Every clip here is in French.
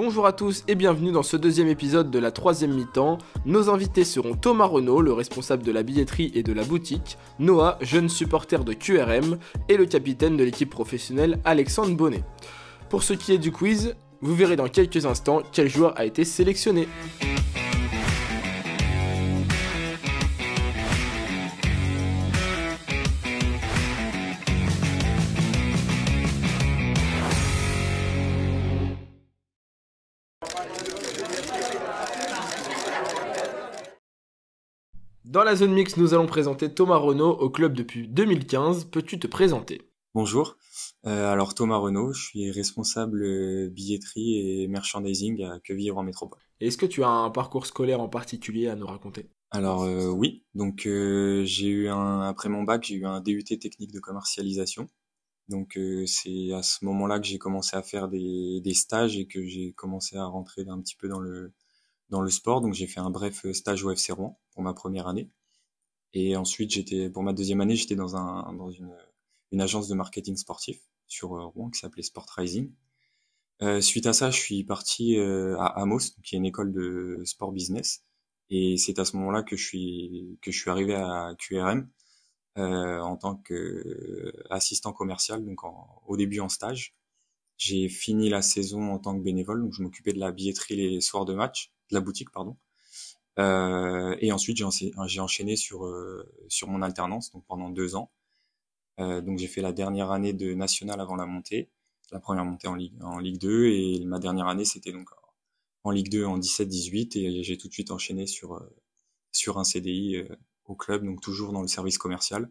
Bonjour à tous et bienvenue dans ce deuxième épisode de la troisième mi-temps. Nos invités seront Thomas Renaud, le responsable de la billetterie et de la boutique, Noah, jeune supporter de QRM, et le capitaine de l'équipe professionnelle Alexandre Bonnet. Pour ce qui est du quiz, vous verrez dans quelques instants quel joueur a été sélectionné. Dans la zone mixte, nous allons présenter Thomas Renaud au club depuis 2015. Peux-tu te présenter ? Bonjour, alors Thomas Renaud, je suis responsable billetterie et merchandising à Quevilly-Rouen Métropole. Est-ce que tu as un parcours scolaire en particulier à nous raconter ? Alors oui, donc après mon bac, j'ai eu un DUT technique de commercialisation. Donc c'est à ce moment-là que j'ai commencé à faire des stages et que j'ai commencé à rentrer un petit peu dans le sport. Donc j'ai fait un bref stage au FC Rouen pour ma première année. Et ensuite pour ma deuxième année, j'étais dans une agence de marketing sportif sur Rouen qui s'appelait Sport Rising. Suite à ça, je suis parti à Amos, qui est une école de sport business, et c'est à ce moment-là que je suis arrivé à QRM en tant que assistant commercial, donc au début en stage. J'ai fini la saison en tant que bénévole, donc je m'occupais de la billetterie les soirs de match, de la boutique, pardon. Et ensuite j'ai enchaîné sur mon alternance, donc pendant 2 ans. Donc j'ai fait la dernière année de nationale avant la montée, la première montée en Ligue 2, et ma dernière année c'était donc en Ligue 2 en 17-18, et j'ai tout de suite enchaîné sur un CDI au club, donc toujours dans le service commercial.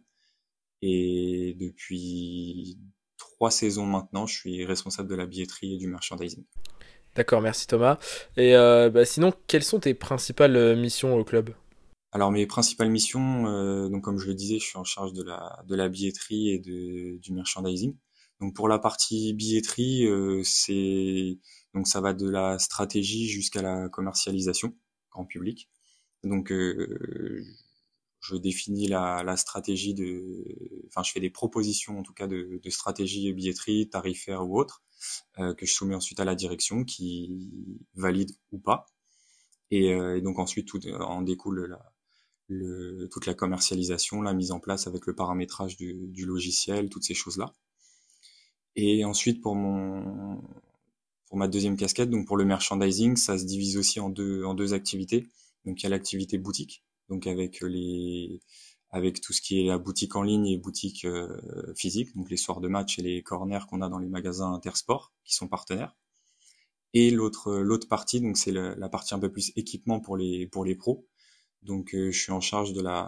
Et depuis 3 saisons maintenant, je suis responsable de la billetterie et du merchandising. D'accord, merci Thomas. Et sinon, quelles sont tes principales missions au club ? Alors mes principales missions, donc comme je le disais, je suis en charge de la billetterie et du merchandising. Donc pour la partie billetterie, donc ça va de la stratégie jusqu'à la commercialisation grand public. Donc je définis la stratégie enfin je fais des propositions en tout cas de stratégie billetterie, tarifaire ou autre, que je soumets ensuite à la direction qui valide ou pas. Et donc ensuite tout en découle toute la commercialisation, la mise en place avec le paramétrage du logiciel, toutes ces choses-là. Et ensuite pour ma deuxième casquette, donc pour le merchandising, ça se divise aussi en deux activités. Donc il y a l'activité boutique, donc avec tout ce qui est la boutique en ligne et boutique physique, donc les soirs de match et les corners qu'on a dans les magasins Intersport qui sont partenaires. Et l'autre partie, donc c'est la partie un peu plus équipement pour les pros. Donc je suis en charge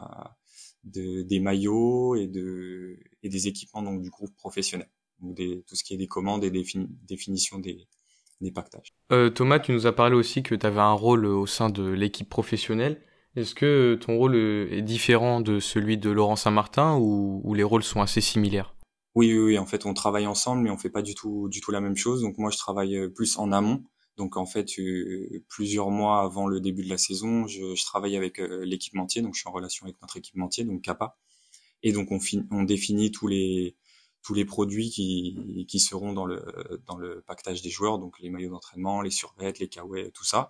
des maillots et des équipements donc du groupe professionnel. Donc tout ce qui est des commandes et définition des pactages. Thomas, tu nous as parlé aussi que tu avais un rôle au sein de l'équipe professionnelle. Est-ce que ton rôle est différent de celui de Laurent Saint-Martin ou les rôles sont assez similaires ? Oui, en fait, on travaille ensemble, mais on fait pas du tout la même chose. Donc moi, je travaille plus en amont. Donc en fait, plusieurs mois avant le début de la saison, je travaille avec l'équipementier. Donc je suis en relation avec notre équipementier, donc Kappa. Et donc on définit tous les produits qui seront dans le pactage des joueurs, donc les maillots d'entraînement, les survêtements, les kawaii, tout ça.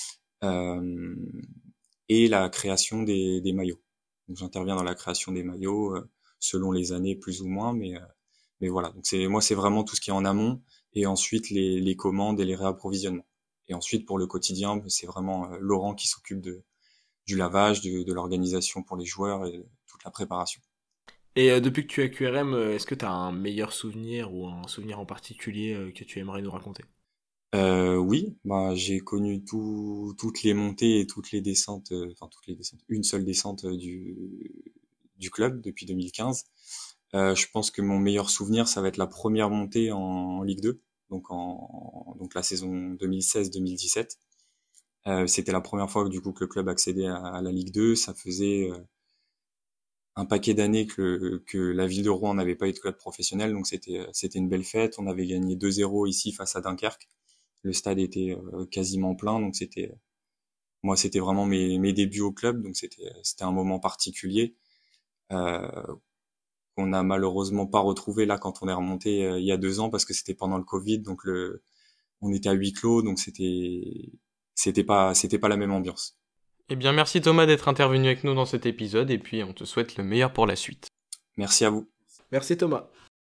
Et la création des maillots. Donc j'interviens dans la création des maillots selon les années plus ou moins, mais voilà. Donc c'est vraiment tout ce qui est en amont, et ensuite les commandes et les réapprovisionnements. Et ensuite pour le quotidien, c'est vraiment Laurent qui s'occupe du lavage, de l'organisation pour les joueurs et de toute la préparation. Et depuis que tu es à QRM, est-ce que tu as un meilleur souvenir ou un souvenir en particulier que tu aimerais nous raconter ? Oui, j'ai connu toutes les montées et toutes les descentes, une seule descente du club depuis 2015. Je pense que mon meilleur souvenir, ça va être la première montée en Ligue 2, donc la saison 2016-2017. C'était la première fois que le club accédait à la Ligue 2. Ça faisait un paquet d'années que la ville de Rouen n'avait pas eu de club professionnel, donc c'était une belle fête. On avait gagné 2-0 ici face à Dunkerque. Le stade était quasiment plein, donc c'était vraiment mes débuts au club, donc c'était un moment particulier qu'on n'a malheureusement pas retrouvé là quand on est remonté il y a 2 ans, parce que c'était pendant le Covid, donc on était à huis clos, donc c'était pas la même ambiance. Eh bien, merci Thomas d'être intervenu avec nous dans cet épisode, et puis on te souhaite le meilleur pour la suite. Merci à vous. Merci Thomas.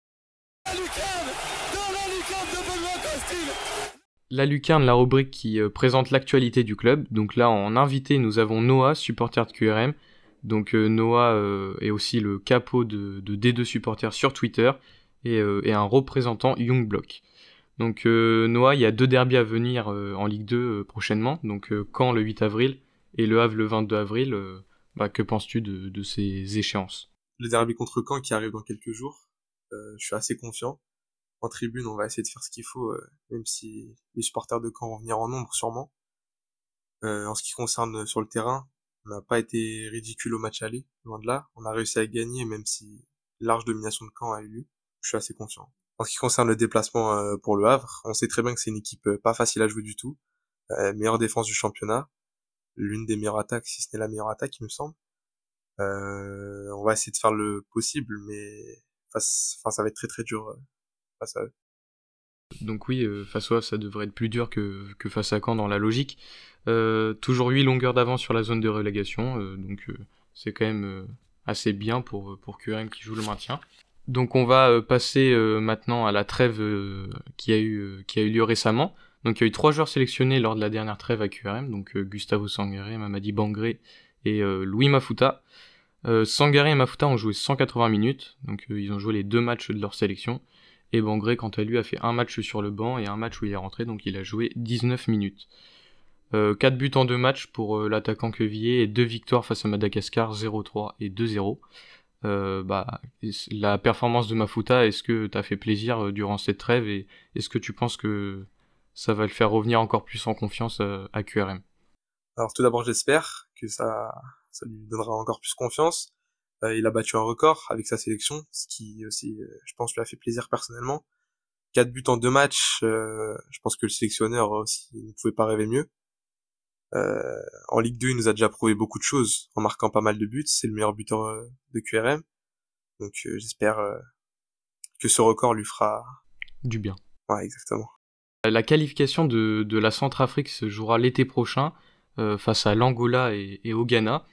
La Lucarne, la rubrique qui présente l'actualité du club. Donc là, en invité, nous avons Noah, supporter de QRM. Donc Noah est aussi le capot de D2 Supporters sur Twitter et un représentant Young Block. Donc Noah, il y a 2 derbys à venir en Ligue 2 prochainement. Donc Caen le 8 avril et Le Havre le 22 avril. Que penses-tu de ces échéances ? Le derby contre Caen qui arrive dans quelques jours. Je suis assez confiant. En tribune, on va essayer de faire ce qu'il faut, même si les supporters de Caen vont venir en nombre sûrement. En ce qui concerne sur le terrain, on n'a pas été ridicule au match aller, loin de là. On a réussi à gagner, même si large domination de Caen a eu lieu. Je suis assez confiant. En ce qui concerne le déplacement pour le Havre, on sait très bien que c'est une équipe pas facile à jouer du tout. Meilleure défense du championnat, l'une des meilleures attaques, si ce n'est la meilleure attaque, il me semble. On va essayer de faire le possible, mais ça va être très très dur face à eux. Donc oui, face au Havre, ça devrait être plus dur que face à Caen dans la logique. Toujours 8 longueurs d'avance sur la zone de relégation, donc c'est quand même assez bien pour QRM qui joue le maintien. Donc on va passer maintenant à la trêve qui a eu lieu récemment. Donc il y a eu 3 joueurs sélectionnés lors de la dernière trêve à QRM, donc Gustavo Sangaré, Mamadi Bangré et Louis Mafuta. Sangaré et Mafuta ont joué 180 minutes, donc ils ont joué les 2 matchs de leur sélection. Et Bangré, quant à lui, a fait un match sur le banc et un match où il est rentré, donc il a joué 19 minutes. 4 buts en 2 matchs pour l'attaquant Quevillier et 2 victoires face à Madagascar, 0-3 et 2-0. La performance de Mafuta, est-ce que t'as fait plaisir durant cette trêve et est-ce que tu penses que ça va le faire revenir encore plus en confiance à QRM ? Alors tout d'abord, j'espère que ça lui donnera encore plus confiance. Il a battu un record avec sa sélection, ce qui aussi, je pense, lui a fait plaisir personnellement. 4 buts en 2 matchs, je pense que le sélectionneur aussi ne pouvait pas rêver mieux. En Ligue 2, il nous a déjà prouvé beaucoup de choses en marquant pas mal de buts. C'est le meilleur buteur de QRM. Donc j'espère que ce record lui fera du bien. Ouais, exactement. La qualification de la Centrafrique se jouera l'été prochain face à l'Angola et au Ghana.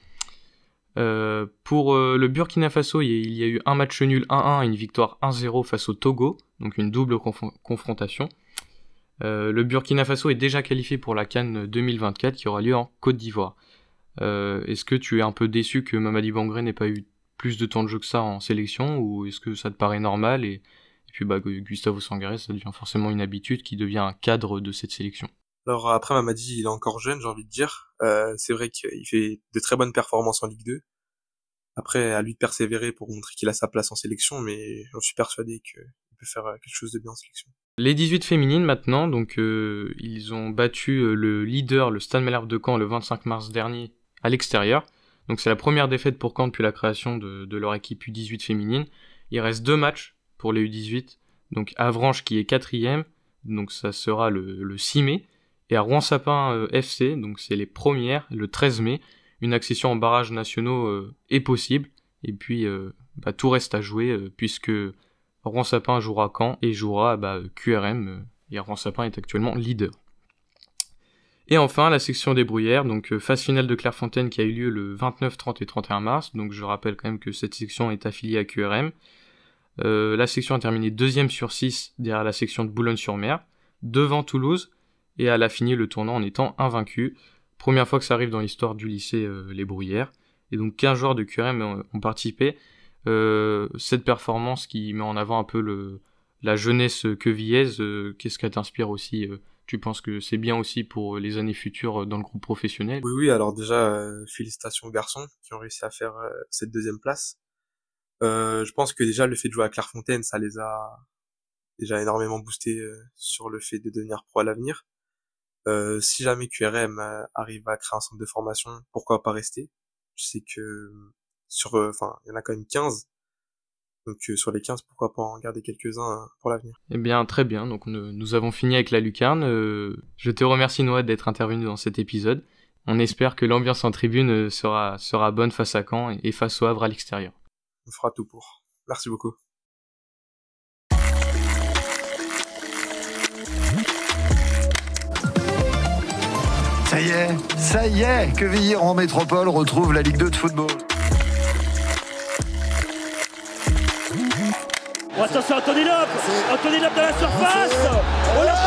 Pour le Burkina Faso, il y a eu un match nul 1-1 et une victoire 1-0 face au Togo, donc une double confrontation. Le Burkina Faso est déjà qualifié pour la CAN 2024 qui aura lieu en Côte d'Ivoire. Est-ce que tu es un peu déçu que Mamadi Bangré n'ait pas eu plus de temps de jeu que ça en sélection, ou est-ce que ça te paraît normal et puis Gustavo Sangaré, ça devient forcément une habitude qui devient un cadre de cette sélection? Alors après, Mamadi, il est encore jeune, j'ai envie de dire. C'est vrai qu'il fait de très bonnes performances en Ligue 2. Après, à lui de persévérer pour montrer qu'il a sa place en sélection, mais j'en suis persuadé qu'il peut faire quelque chose de bien en sélection. Les 18 féminines maintenant, donc ils ont battu le leader, le Stade Malherbe de Caen, le 25 mars dernier à l'extérieur. Donc c'est la première défaite pour Caen depuis la création de leur équipe U18 féminine. Il reste 2 matchs pour les U18. Donc Avranches qui est 4ème, donc ça sera le 6 mai. Et à Rouen-Sapin FC, donc c'est les premières, le 13 mai. Une accession en barrages nationaux est possible. Et puis tout reste à jouer puisque Rouen-Sapin jouera Caen et jouera QRM. Et Rouen-Sapin est actuellement leader. Et enfin, la section des Bruyères, donc phase finale de Clairefontaine qui a eu lieu le 29, 30 et 31 mars. Donc je rappelle quand même que cette section est affiliée à QRM. La section a terminé 2ème sur 6 derrière la section de Boulogne-sur-Mer, devant Toulouse, et elle a fini le tournoi en étant invaincue. Première fois que ça arrive dans l'histoire du lycée Les Bruyères. Et donc 15 joueurs de QRM ont participé. Cette performance qui met en avant un peu la jeunesse quevillaise, qu'est-ce qu'elle t'inspire aussi tu penses que c'est bien aussi pour les années futures dans le groupe professionnel? Oui, alors déjà, félicitations aux garçons qui ont réussi à faire cette 2e place. Je pense que déjà le fait de jouer à Clairefontaine, ça les a déjà énormément boostés sur le fait de devenir pro à l'avenir. Si jamais QRM arrive à créer un centre de formation, pourquoi pas rester? Je sais que il y en a quand même 15. Donc sur les 15, pourquoi pas en garder quelques-uns pour l'avenir. Eh bien, très bien. Donc nous avons fini avec la lucarne. Je te remercie Noah d'être intervenu dans cet épisode. On espère que l'ambiance en tribune sera bonne face à Caen et face au Havre à l'extérieur. On fera tout pour. Merci beaucoup. Ça y est, Quevilly en métropole retrouve la Ligue 2 de football. Oh, attention, Anthony Lop dans la surface. Oh la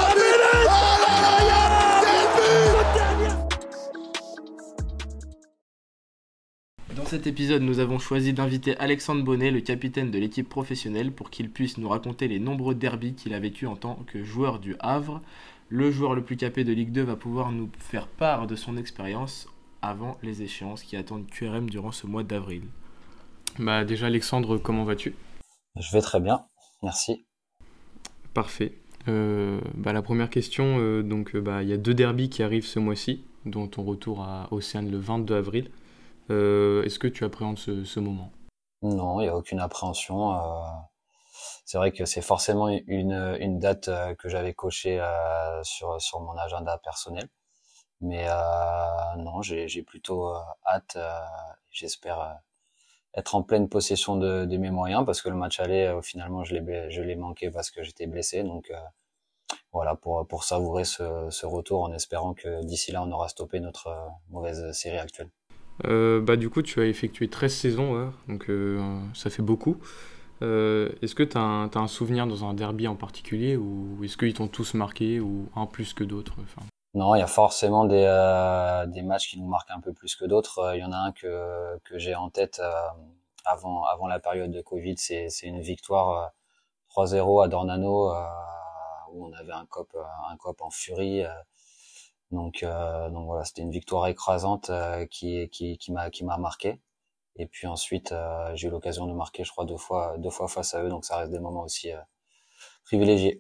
Dans cet épisode, nous avons choisi d'inviter Alexandre Bonnet, le capitaine de l'équipe professionnelle, pour qu'il puisse nous raconter les nombreux derbys qu'il a vécu en tant que joueur du Havre. Le joueur le plus capé de Ligue 2 va pouvoir nous faire part de son expérience avant les échéances qui attendent QRM durant ce mois d'avril. Bah déjà Alexandre, comment vas-tu ? Je vais très bien, merci. Parfait. La première question, il y a 2 derbys qui arrivent ce mois-ci, dont ton retour à Océane le 22 avril. Est-ce que tu appréhendes ce moment ? Non, il n'y a aucune appréhension. C'est vrai que c'est forcément une date que j'avais cochée sur mon agenda personnel. Mais non, j'ai plutôt hâte. J'espère être en pleine possession de mes moyens, parce que le match aller, finalement, je l'ai manqué parce que j'étais blessé. Donc voilà, pour savourer ce retour, en espérant que d'ici là, on aura stoppé notre mauvaise série actuelle. Du coup, tu as effectué 13 saisons, ouais, donc ça fait beaucoup. Est-ce que tu as un souvenir dans un derby en particulier, ou est-ce qu'ils t'ont tous marqué, ou un plus que d'autres ? Non, il y a forcément des matchs qui nous marquent un peu plus que d'autres. Il y en a un que j'ai en tête avant la période de Covid, c'est une victoire 3-0 à Dornano, où on avait un cop en furie. Donc voilà, c'était une victoire écrasante qui m'a marqué. Et puis ensuite, j'ai eu l'occasion de marquer, je crois, deux fois face à eux, donc ça reste des moments aussi privilégiés.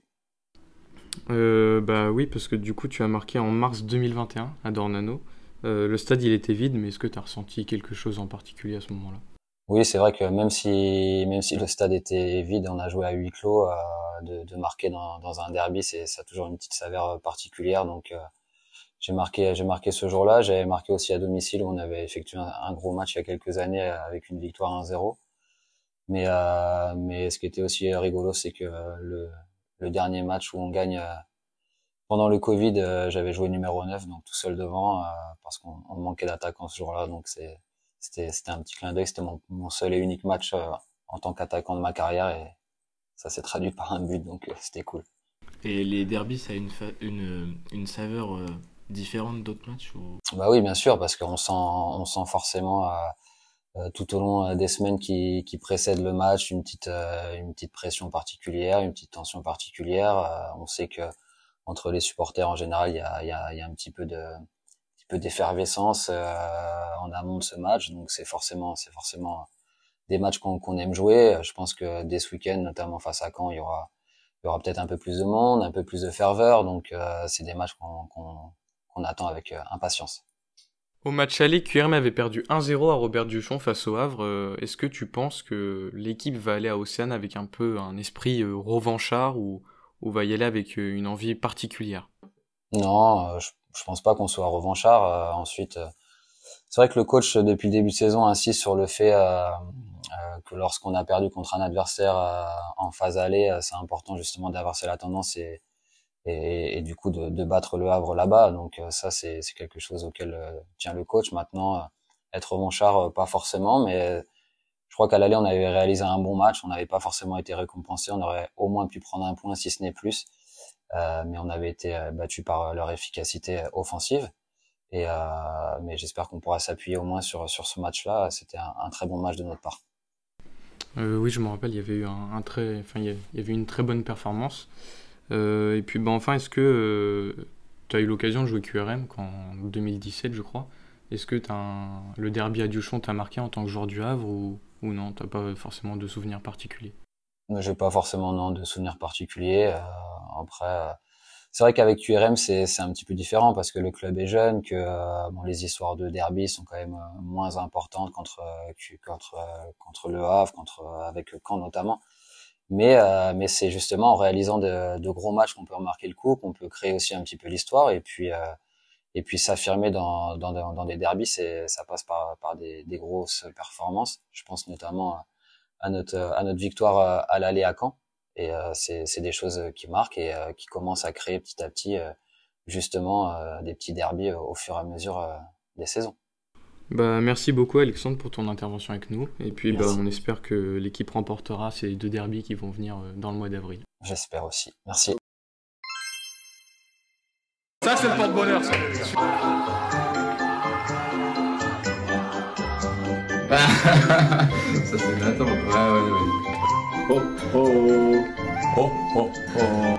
Oui, parce que du coup, tu as marqué en mars 2021 à Dornano. Le stade, il était vide, mais est-ce que tu as ressenti quelque chose en particulier à ce moment-là ? Oui, c'est vrai que même si le stade était vide, on a joué à huis clos. De marquer dans un derby, ça a toujours une petite saveur particulière. Donc j'ai marqué ce jour-là. J'avais marqué aussi à domicile, où on avait effectué un gros match il y a quelques années avec une victoire 1-0. Mais ce qui était aussi rigolo, c'est que le dernier match où on gagne pendant le Covid, j'avais joué numéro 9, donc tout seul devant, parce qu'on manquait d'attaquants ce jour-là. Donc c'était un petit clin d'œil. C'était mon seul et unique match en tant qu'attaquant de ma carrière, et ça s'est traduit par un but, donc c'était cool. Et les derbys, ça a une saveur différente d'autres matchs, ou... Bah oui, bien sûr, parce qu'on sent forcément tout au long des semaines qui précèdent le match une petite pression particulière, une petite tension particulière. On sait que entre les supporters en général, il y a un petit peu d'effervescence en amont de ce match. Donc c'est forcément des matchs qu'on aime jouer. Je pense que dès ce week-end, notamment face à Caen, il y aura peut-être un peu plus de monde, un peu plus de ferveur. Donc c'est des matchs qu'on attend avec impatience. Au match aller, QRM avait perdu 1-0 à Robert Duchon face au Havre. Est-ce que tu penses que l'équipe va aller à Océane avec un peu un esprit revanchard, ou va y aller avec une envie particulière ? Non, je pense pas qu'on soit revanchard. Ensuite, c'est vrai que le coach, depuis le début de saison, insiste sur le fait que lorsqu'on a perdu contre un adversaire en phase aller, c'est important justement d'inverser la tendance et du coup de battre le Havre là-bas. Donc ça, c'est quelque chose auquel tient le coach. Maintenant, être revanchard, pas forcément, mais je crois qu'à l'aller, on avait réalisé un bon match. On n'avait pas forcément été récompensé. On aurait au moins pu prendre un point, si ce n'est plus. Mais on avait été battu par leur efficacité offensive. Mais j'espère qu'on pourra s'appuyer au moins sur ce match-là. C'était un très bon match de notre part. Oui, je me rappelle, il y avait eu il y avait une très bonne performance. Et puis enfin, est-ce que tu as eu l'occasion de jouer QRM en 2017, je crois ? Est-ce que le derby à Duchon t'a marqué en tant que joueur du Havre, ou non, t'as pas forcément de souvenirs particuliers ? J'ai pas forcément de souvenirs particuliers. Après, c'est vrai qu'avec QRM, c'est un petit peu différent, parce que le club est jeune, que les histoires de derby sont quand même moins importantes contre le Havre, avec Caen notamment. Mais c'est justement en réalisant de gros matchs qu'on peut remarquer le coup, qu'on peut créer aussi un petit peu l'histoire, et puis s'affirmer dans des derbys, ça passe par des grosses performances. Je pense notamment à notre victoire à l'aller à Caen, et c'est des choses qui marquent et qui commencent à créer petit à petit justement des petits derbys au fur et à mesure des saisons. Bah, merci beaucoup Alexandre pour ton intervention avec nous. Et puis Merci. on espère que l'équipe remportera ces 2 derbys qui vont venir dans le mois d'avril. J'espère aussi. Merci. Ça, c'est le porte-bonheur, ça. Ça c'est une attente. Ouais. Oh oh. Oh oh oh.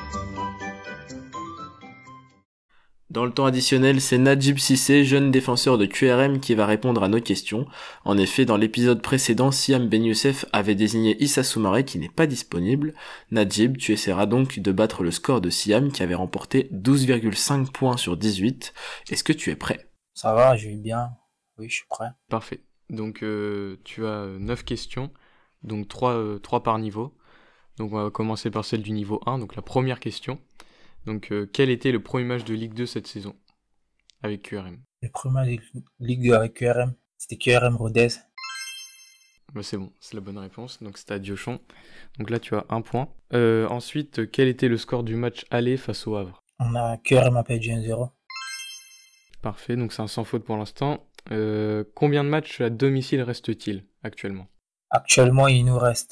Dans le temps additionnel, c'est Najib Sissé, jeune défenseur de QRM, qui va répondre à nos questions. En effet, dans l'épisode précédent, Siam Ben Youssef avait désigné Issa Soumaré qui n'est pas disponible. Najib, tu essaieras donc de battre le score de Siam qui avait remporté 12,5 points sur 18. Est-ce que tu es prêt ? Ça va, je vais bien. Oui, je suis prêt. Parfait. Donc tu as 9 questions, donc 3 par niveau. Donc on va commencer par celle du niveau 1, donc la première question. Donc quel était le premier match de Ligue 2 cette saison avec QRM ? Le premier Ligue 2 avec QRM, c'était QRM Rodez. Bah, c'est bon, c'est la bonne réponse. Donc c'était à Diochon. Donc là tu as 1 point. Ensuite, quel était le score du match aller face au Havre ? On a QRM a perdu 1-0. Parfait, donc c'est un sans faute pour l'instant. Combien de matchs à domicile reste-t-il actuellement ? Actuellement, il nous reste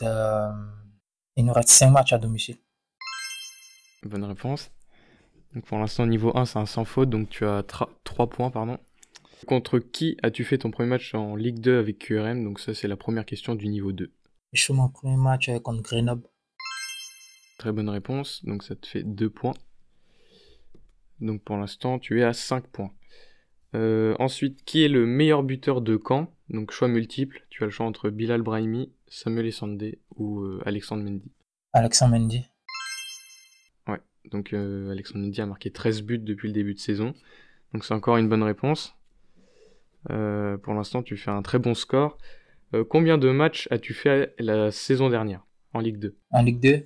5 matchs à domicile. Bonne réponse. Donc pour l'instant, niveau 1, c'est un sans faute, donc tu as 3 points, pardon. Contre qui as-tu fait ton premier match en Ligue 2 avec QRM ? Donc ça, c'est la première question du niveau 2. Je fais mon premier match contre Grenoble. Très bonne réponse, donc ça te fait 2 points. Donc pour l'instant, tu es à 5 points. Ensuite, qui est le meilleur buteur de Caen ? Donc choix multiple, tu as le choix entre Bilal Brahimi, Samuel Essandé ou Alexandre Mendy. Alexandre Mendy. Ouais, donc Alexandre Mendy a marqué 13 buts depuis le début de saison. Donc c'est encore une bonne réponse. Pour l'instant, tu fais un très bon score. Combien de matchs as-tu fait la saison dernière en Ligue 2 ? En Ligue 2,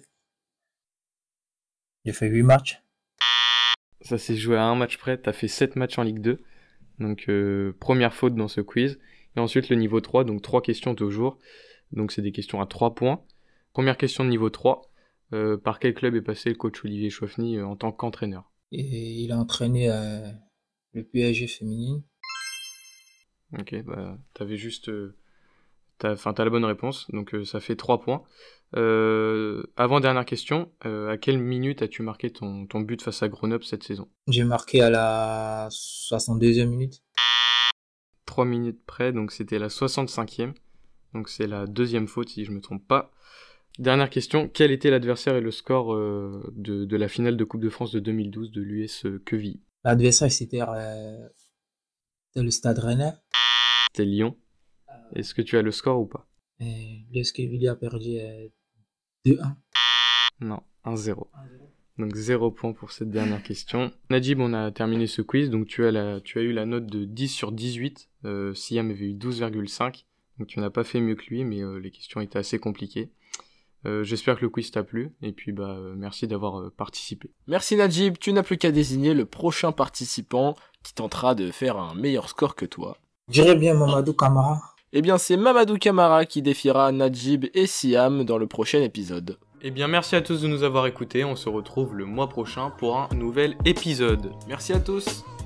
j'ai fait 8 matchs. Ça s'est joué à un match près, tu as fait 7 matchs en Ligue 2. Donc première faute dans ce quiz. Et ensuite le niveau 3, donc 3 questions toujours. Donc c'est des questions à 3 points. Première question de niveau 3. Par quel club est passé le coach Olivier Chouafny en tant qu'entraîneur ? Et il a entraîné le PSG féminine. Ok, bah t'avais juste... t'as la bonne réponse, donc ça fait 3 points. Avant-dernière question, à quelle minute as-tu marqué ton but face à Grenoble cette saison ? J'ai marqué à la 62e minute. 3 minutes près, donc c'était la 65e. Donc c'est la deuxième faute si je me trompe pas. Dernière question, quel était l'adversaire et le score de la finale de Coupe de France de 2012 de l'US Quevilly ? L'adversaire, c'était le Stade Rennais. C'était Lyon. Est-ce que tu as le score ou pas ? L'US Quevilly a perdu 2-1. Non, 1-0. Donc 0 point pour cette dernière question. Najib, on a terminé ce quiz, donc tu as eu la note de 10 sur 18. Siam avait eu 12,5. Donc tu n'as pas fait mieux que lui, mais les questions étaient assez compliquées. J'espère que le quiz t'a plu, et puis merci d'avoir participé. Merci Najib, tu n'as plus qu'à désigner le prochain participant qui tentera de faire un meilleur score que toi. Je dirais bien Mamadou Camara. Eh bien c'est Mamadou Camara qui défiera Najib et Siam dans le prochain épisode. Eh bien merci à tous de nous avoir écoutés, on se retrouve le mois prochain pour un nouvel épisode. Merci à tous.